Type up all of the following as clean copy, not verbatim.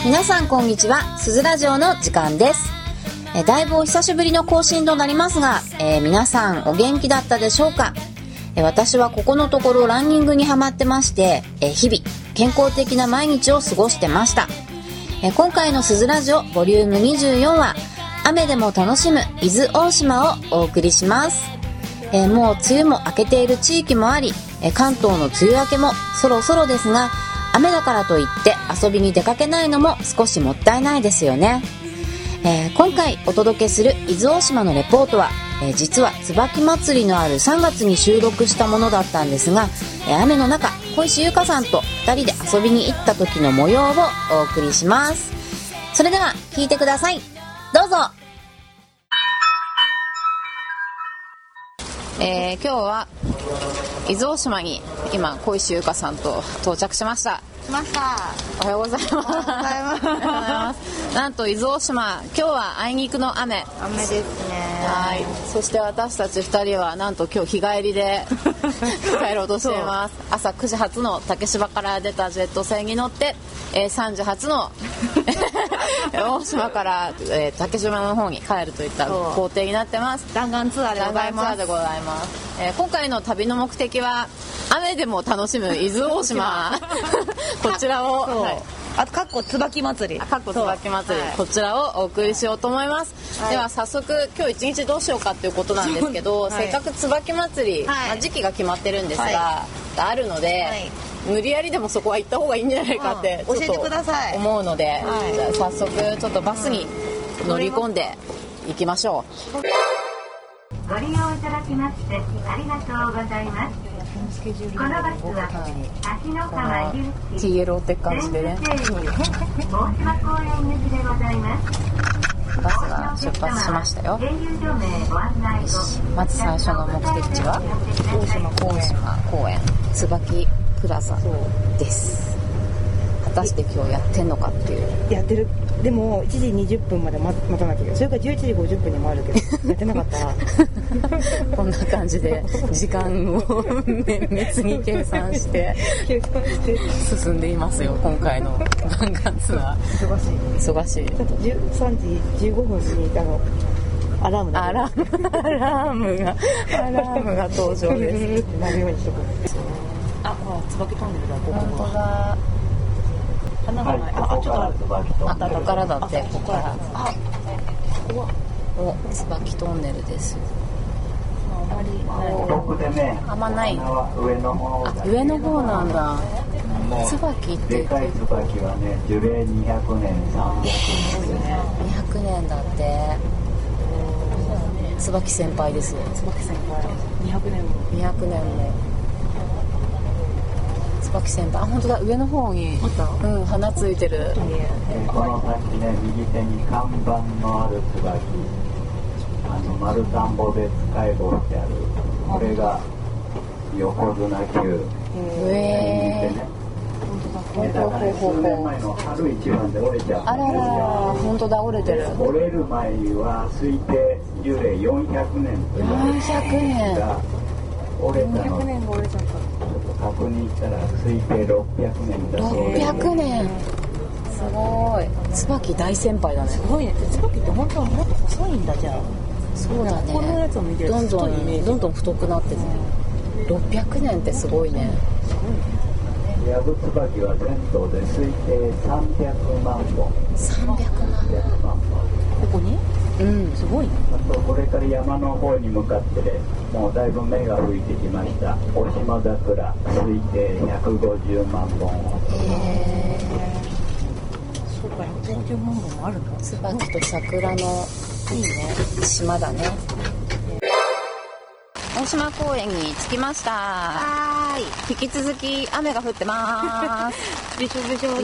皆さんこんにちは。すずラジオの時間です。だいぶお久しぶりの更新となりますが、皆さんお元気だったでしょうか。私はここのところランニングにハマってまして、日々健康的な毎日を過ごしてました。今回のすずラジオボリューム24は雨でも楽しむ伊豆大島をお送りします。もう梅雨も明けている地域もあり、関東の梅雨明けもそろそろですが、雨だからといって遊びに出かけないのも少しもったいないですよね。今回お届けする伊豆大島のレポートは、実は椿祭りのある3月に収録したものだったんですが、雨の中小石優香さんと2人で遊びに行った時の模様をお送りします。それでは聞いてください。どうぞ。今日は伊豆大島に今小石優香さんと到着しました。おはようございます。おはようございます。なんと伊豆大島、今日はあいにくの雨ですね。 はい。そして私たち2人はなんと今日日帰りで帰ろうとしています。朝9時発の竹芝から出たジェット船に乗って、3時発の大島から、竹島の方に帰るといった工程になってます。 弾丸ツアーでございます。 今回の旅の目的は雨でも楽しむ伊豆大島こちらを、 あと椿祭り、 こちらをお送りしようと思います。では早速今日一日どうしようかっていうことなんですけど、せっかく椿祭り、時期が決まってるんですが、あるので、無理やりでもそこは行った方がいいんじゃないかってちょっと教えてください。 思うので、じゃあ早速ちょっとバスに乗り込んでいきましょう。 ご利用いただきましてありがとうございます。このバスは芦ノ川誘致 TLO って感じでね、 大島公園行きでございます。 バスが出発しましたよ。まず最初の目的地は大島公園椿プラザです。果たして今日やってんのかっていう。 やってる。でも1時20分まで待たなきゃいけない。それから11時50分にもあるけどやってなかったらこんな感じで時間を綿密に計算して進んでいますよ。今回の弾丸ツアー忙しい。 ちょっと13時15分にアラームが登場です。なるようにしとく。椿トンネルだ。 本当だ。 花がない。ちょっとある。 ここからだって。ここから。椿トンネルですよ。あんまない。上の方なんだ。椿って。 でかい椿はね、樹齢200年、 200年だって。椿先輩ですよ。 椿先輩。200年も。 椿先輩、本当だ、上の方に花ついてる。 この先ね、右手に看板のある椿、丸田んぼで使い棒ってある、これが横綱級。数年前の春一番で折れちゃったんですよ。 本当だ、折れてる。 折れる前は推定樹齢400年と言われていますが、折れたの確認したら推定600年だそうです。 600年、すごい。椿大先輩だね。 すごいね。椿って本当はもっと細いんだ。じゃあそうだね。 このやつを見てるとどんどん太くなってる。600年ってすごいね。 ヤブツバキは全島で推定300万本。 300万ここに？すごいね。 あとこれから山の方に向かってもうだいぶ芽が吹いてきましたオシマザクラ、推定150万本。 そうか、150万本もあるの？ 椿と桜のいいね、島だね。大島公園に着きました。引き続き雨が降ってますびしょびしょです。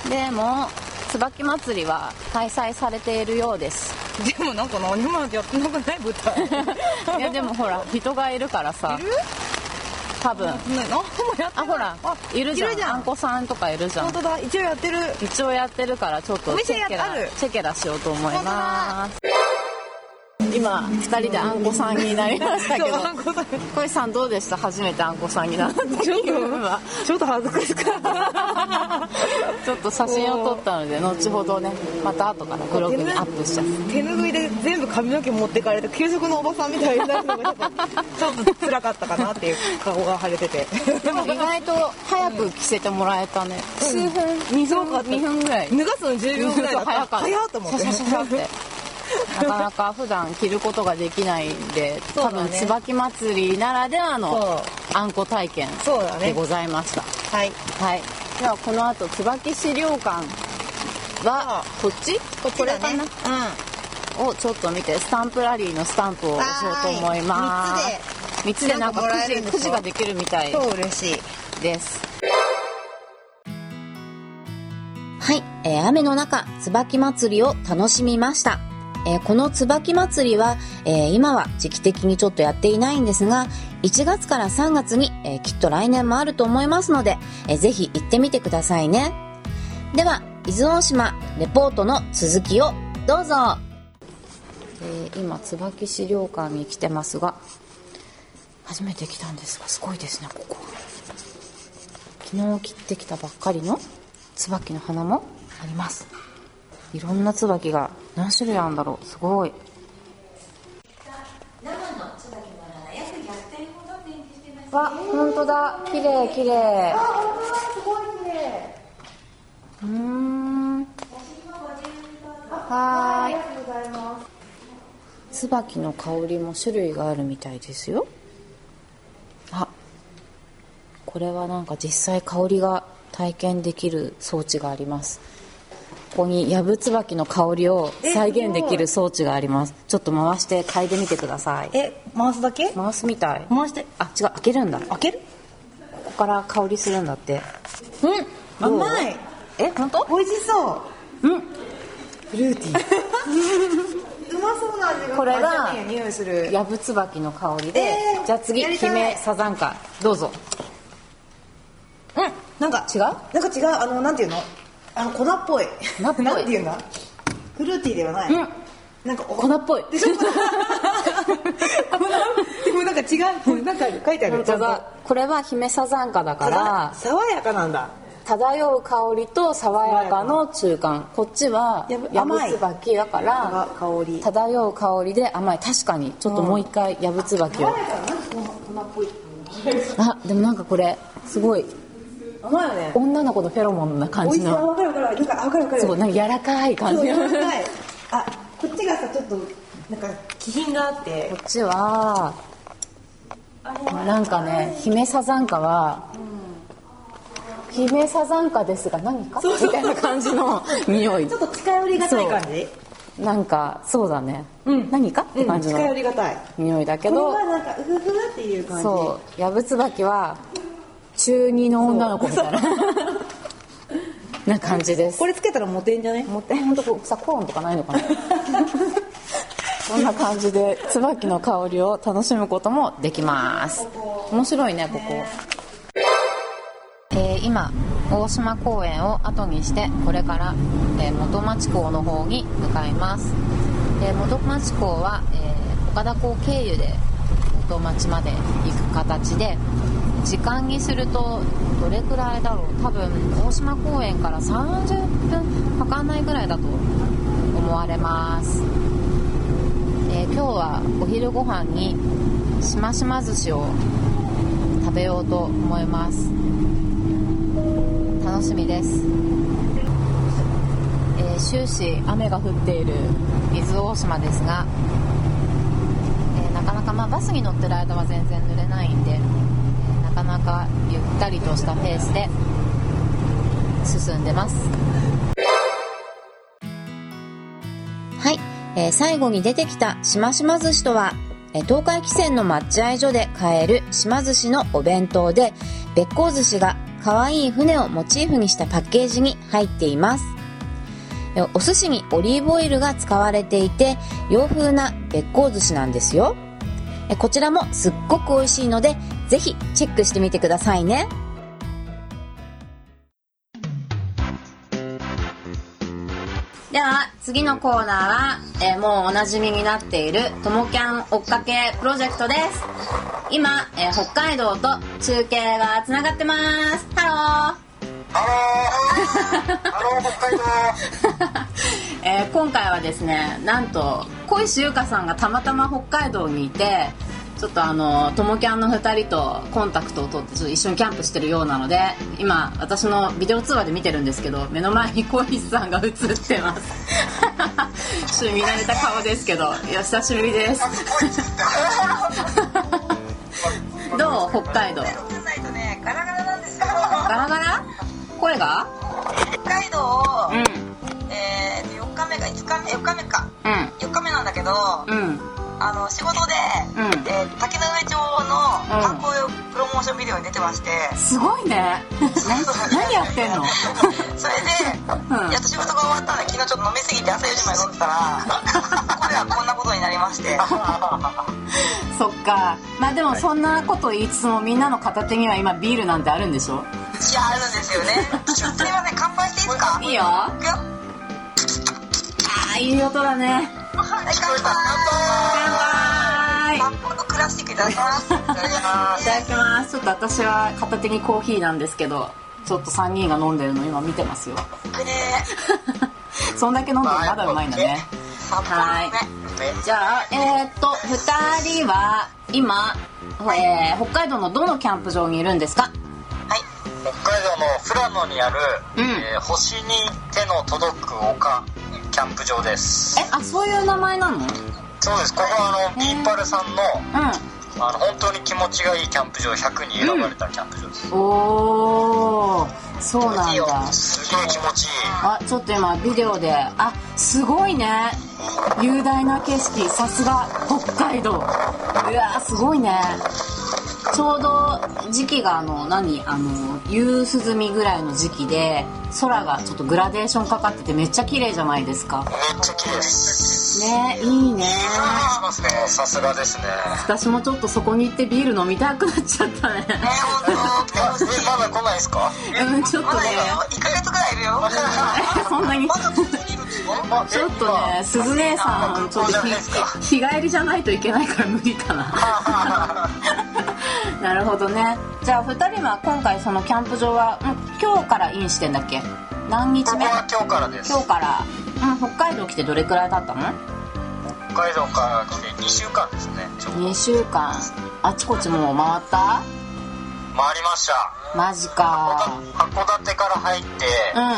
でも椿祭りは開催されているようです。 でもなんか何もやってなくない？舞台いやでもほら人がいるからさ、多分ほらいるじゃん。あんこさんとかいるじゃん。 本当だ、一応やってるからちょっとチェケラしようと思います。 今2人であんこさんになりましたけど、小石さんどうでした？初めてあんこさんになった気分は。 ちょっと恥ずかしかったちょっと写真を撮ったので後ほどね、また後からブログにアップしちゃう。 手拭いで全部髪の毛持ってかれて給食のおばさんみたいになるのがちょっと辛かったかなっていう顔が腫れててでも意外と早く着せてもらえたね。数分、2分ぐらい脱がすの10秒ぐらいだった。 早かった。 早っと思ってシャシャシャシャってなかなか普段着ることができないんで、多分椿祭りならではのあんこ体験でございました。 はい、 はい、ではこの後椿資料館はこっち？これかな、をちょっと見て、スタンプラリーのスタンプを押そうと思います。3つでなんかくじができるみたいそう嬉しいです。はい、雨の中椿祭りを楽しみました。この椿祭りは、今は時期的にちょっとやっていないんですが、1月から3月に、きっと来年もあると思いますので、ぜひ行ってみてくださいね。では伊豆大島レポートの続きをどうぞ。今椿資料館に来てますが、初めて来たんですがすごいですね。ここ昨日切ってきたばっかりの椿の花もあります。いろんな椿が何種類あるんだろう。すごい。わ、本当だ。綺麗綺麗。 すごい綺麗。 はーい。椿の香りも種類があるみたいですよ。あ、これはなんか実際香りが体験できる装置があります。ここにヤブツバキの香りを再現できる装置があります。ちょっと回して嗅いでみてください。 回すだけ？ 回すみたい。 回して。 あ、違う、開けるんだ。 開ける？ ここから香りするんだって。 甘い。 本当？ 美味しそう。フルーティー。うまそうな味が。 これが匂いする。 ヤブツバキの香りで、じゃあ次姫サザンカどうぞ。 なんか違う？ なんか違う。なんていうの？粉っぽい。なんていうんだ？フルーティーではない。なんか粉っぽい。 でしょ？でもなんか違う。なんか書いてある。 これは姫サザンカだから爽やかなんだ。 漂う香りと爽やかの中間。こっちはヤブツバキだから漂う香りで甘い。確かにちょっともう一回ヤブツバキを。あ、でもなんかこれすごい甘いよね。 女の子のフェロモンな感じの。 わかるわかる。なんかわかるわかる。 そう、なんか柔らかい感じ。 柔らかい。あ、こっちがさちょっとなんか気品があって。 こっちはなんかね、姫サザンカは、姫サザンカですが何かみたいな感じの匂い。 ちょっと近寄りがたい感じ。 なんかそうだね。何かって感じの近寄りがたい匂いだけど。 これはなんかウフフっていう感じ。 そう、ヤブツバキは中二の女の子みたいなな感じです。 これつけたらモテんじゃね？ モテんとこさ、コーンとかないのかなそんな感じで椿の香りを楽しむこともできます。面白いねここ。今大島公園を後にしてこれから、元町港の方に向かいます。元町港は、岡田港経由で元町まで行く形で、時間にするとどれくらいだろう。多分大島公園から30分かかんないぐらいだと思われます。今日はお昼ご飯にしましま寿司を食べようと思います。楽しみです。終始雨が降っている伊豆大島ですが、なかなかバスに乗ってる間は全然濡れないんで、なかなかゆったりとしたペースで進んでます。はい、最後に出てきたしましま寿司とは、東海汽船の待合所で買えるしま寿司のお弁当で、べっこう寿司がかわいい船をモチーフにしたパッケージに入っています。お寿司にオリーブオイルが使われていて、洋風なべっこう寿司なんですよ。こちらもすっごく美味しいので、ぜひチェックしてみてくださいね。 では次のコーナーは、もうおなじみになっているともキャン追っかけプロジェクトです。今、北海道と中継がつながってます。ハローハロー北海道今回はですね、なんと小石優香さんがたまたま北海道にいて、ちょっとともキャンの2人とコンタクトを取ってちょっと一緒にキャンプしてるようなので、今私のビデオ通話で見てるんですけど、目の前に小石さんが映ってますちょっと見慣れた顔ですけど、いや久しぶりですどう北海道？ ガラガラなんですよ。 ガラガラ？声が？ 北海道、4日目が4日目か、4日目なんだけど、仕事で、滝の上町の観光プロモーションビデオに出てまして、 すごいね何やってんのそれで、やっと仕事が終わったんで、昨日ちょっと飲みすぎて朝4時まで飲んでたらここではこんなことになりましてそっか。まあでもそんなこと言いつつも、みんなの片手には今ビールなんてあるんでしょ？ いや、あるんですよねちょっとすいません、乾杯していいですか？ いいよ。いい音だね。 乾杯。札幌クラシックいただきます。いただきます。ちょっと私は片手にコーヒーなんですけど、ちょっと3人が飲んでるの今見てますよ。そんだけ飲んでもまだうまいんだね。はい。じゃあ2人は今、北海道のどのキャンプ場にいるんですか？ はい、北海道の富良野にある、星に手の届く丘キャンプ場です。 そういう名前なの？ そうです。ここはビーパルさんの、本当に気持ちがいいキャンプ場100に選ばれたキャンプ場です。 おー、そうなんだ。 すげえ気持ちいい。 ちょっと今ビデオで、すごいね、雄大な景色。さすが北海道。うわすごいね。ちょうど時期が夕涼みぐらいの時期で、空がちょっとグラデーションかかっててめっちゃ綺麗じゃないですか。 めっちゃ綺麗ですね。いいね。 さすがですね。 私もちょっとそこに行ってビール飲みたくなっちゃったね。 まだ来ないですか？ ちょっとね、 1ヶ月ぐらいいるよそんなにちょっとね、鈴姉さんちょっと日帰りじゃないといけないから無理かななるほどね。じゃあ2人は今回そのキャンプ場は、今日からインしてんだっけ？何日目？ 今日からです。 今日から、北海道来てどれくらい経ったの？ 北海道から来て2週間ですね。 2週間。あちこちもう回った？ 回りました。 マジか。 函館から入って、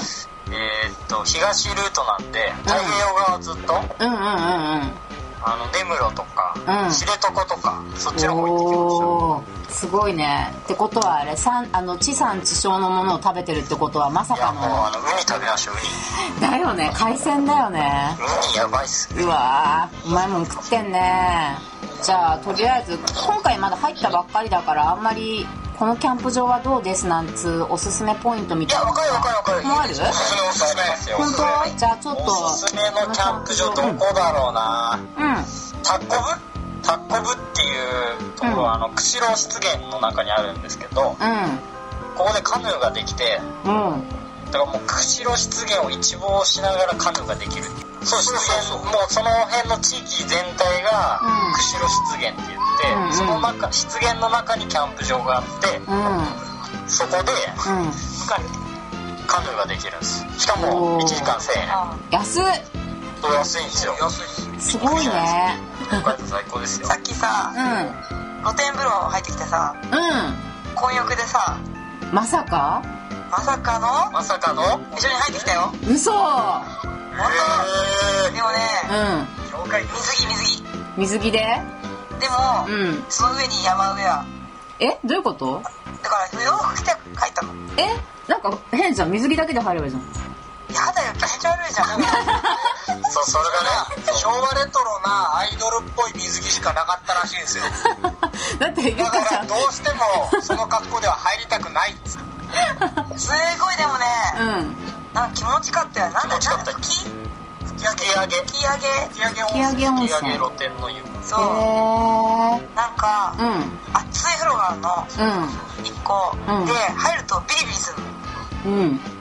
東ルートなんで太平洋側ずっと、根室とか、知床とかそっちの方行ってきました。 すごいね。ってことはあれ、地産地消のものを食べてるってことはまさかの。 いやもうウニ食べましょう。ウニだよね、海鮮だよね。 ウニやばいっすね。 うわー、うまいもん食ってんね。じゃあとりあえず今回まだ入ったばっかりだから、あんまりこのキャンプ場はどうですなんつおすすめポイントみたいな。 いや、わかる。 もある？ おすすめですよ。 本当？じゃあちょっとおすすめのキャンプ場どこだろうな。タッコブっていうところは釧路湿原の中にあるんですけど、ここでカヌーができて、だからもう釧路湿原を一望しながらカヌーができる。そう湿原、もうその辺の地域全体が釧路湿原って言って、その中湿原の中にキャンプ場があって、そこで、カヌーができるんです。しかも1時間1000円。 安いんですよ。 すごいね。 北海道最高ですよ。 さっきさ、露天風呂入ってきてさ、混浴でさ、 まさかの一緒に入ってきたよ。 嘘。 本当？でもね、水着ででも、その上に山ウェア。 どういうこと？ だから洋服着て帰ったの。 なんか変じゃん。水着だけで入ればいいじゃん。 やだよ、気持ち悪いじゃんそう、それがね、昭和レトロなアイドルっぽい水着しかなかったらしいんですよだってだからどうしてもその格好では入りたくないすごいでもね、なんか気持ちかったよ。なんだっけ？ 吹上温泉露天の湯。 そう、なんか、熱い風呂があるの、1個で入るとビリビリするの。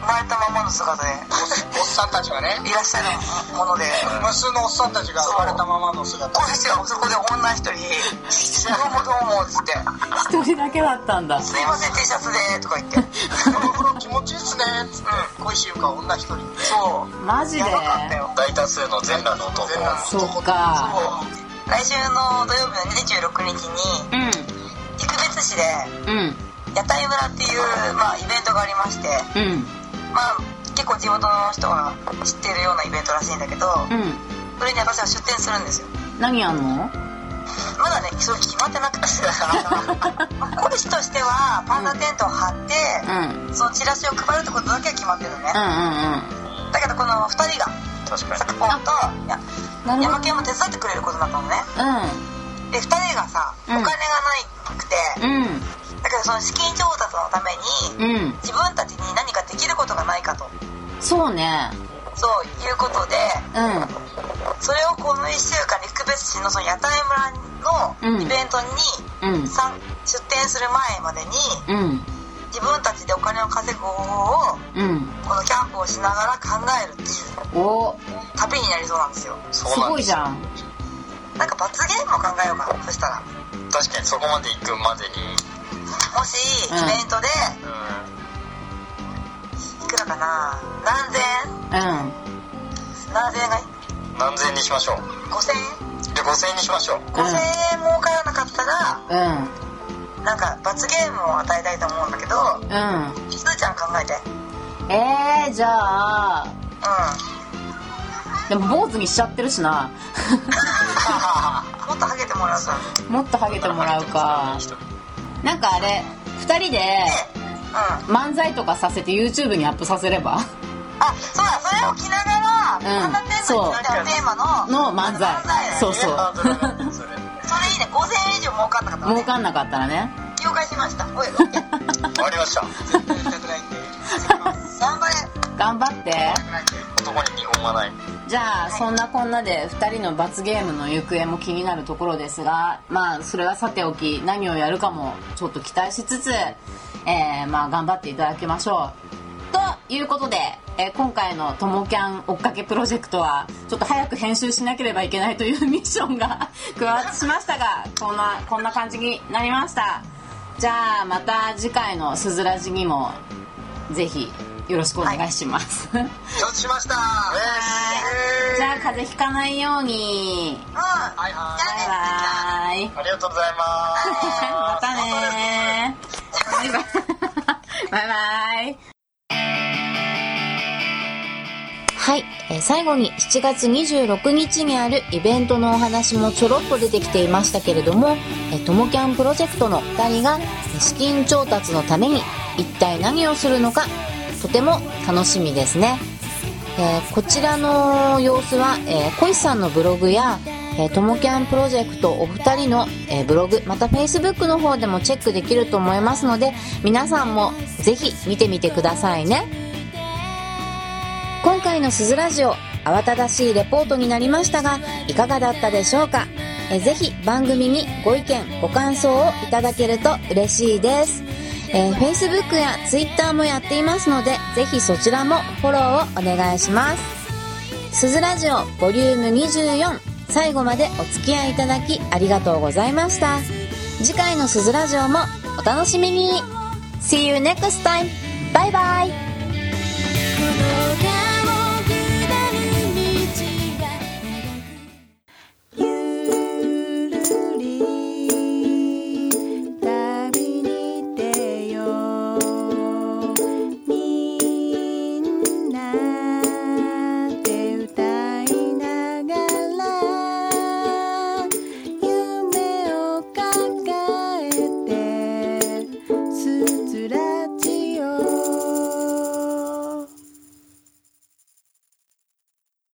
まれたままの姿でおっさんたちがねいらっしゃるもので、 無数のおっさんたちが生まれたままの姿で、 私はそこで女一人「どうもどうも」っつって一人だけだったんだ。 すいません T シャツでとか言ってこの風呂気持ちいいっすねっつって恋しゆか女一人。 そうマジで。 やばかったよ。 大多数の全裸の男。 そっか。 来週の土曜日の26日に陸別市で屋台村っていう、イベントがありまして、結構地元の人が知ってるようなイベントらしいんだけど、それに私は出店するんですよ。 何やんの？ まだねそれ決まってなくてコルシとしてはパンダテントを張って、そのチラシを配るってことだけは決まってるね。だけどこの2人が確かにサクポンと山県も手伝ってくれることだったのね。で2人がさお金がなくて、だけどその資金調達のために、自分たちに何かできることがないかと。 そうね。 そういうことで、それをこの1週間陸別市のその屋台村のイベントに、出店する前までに、自分たちでお金を稼ぐ方法を、このキャンプをしながら考えるっていう旅になりそうなんですよ。 すごいじゃん。 なんか罰ゲームを考えようかな。そしたら確かにそこまで行くまでにもしイベントで、いくらかな、何千円がいい？ 何千円にしましょう。 5000円？ で5000円にしましょう。 5000円儲からなかったら、なんか罰ゲームを与えたいと思うんだけど、すーちゃん考えて。 じゃあ、でも坊主にしちゃってるしな。 もっとハゲてもらうさ。 もっとハゲてもらうか。なんかあれ2人で漫才とかさせて YouTube にアップさせれば。 あ、そうだ、それを着ながら、テーマの漫才。そうそう。 それいいね。5000円以上儲かんなかったらね。 儲かんなかったらね。 了解しました。おい、オッケー。 終わりました。 絶対したくないんで。頑張れ。 頑張って。 男に日本はない。 じゃあそんなこんなで2人の罰ゲームの行方も気になるところですが、それはさておき何をやるかもちょっと期待しつつ、頑張っていただきましょうということで、今回のともキャン追っかけプロジェクトはちょっと早く編集しなければいけないというミッションが加わってしましたが、こんな感じになりました。じゃあまた次回のすずらじにもぜひよろしくお願いします。 承知しました。 じゃあ風邪ひかないように。 はい。 バイバイ。 ありがとうございます。 またね。バイバイ。バイバイ。はい、最後に7月26日にあるイベントのお話もちょろっと出てきていましたけれども、ともキャンプロジェクトの2人が資金調達のために一体何をするのかとても楽しみですね。こちらの様子は、小石さんのブログやともキャンプロジェクトお二人の、ブログまた Facebook の方でもチェックできると思いますので、皆さんもぜひ見てみてくださいね。今回のすずラジオ慌ただしいレポートになりましたがいかがだったでしょうか。ぜひ番組にご意見ご感想をいただけると嬉しいです。Facebook や Twitter もやっていますのでぜひそちらもフォローをお願いします。すずラジオボリューム24、最後までお付き合いいただきありがとうございました。次回のすずラジオもお楽しみに。 See you next time. バイバイ。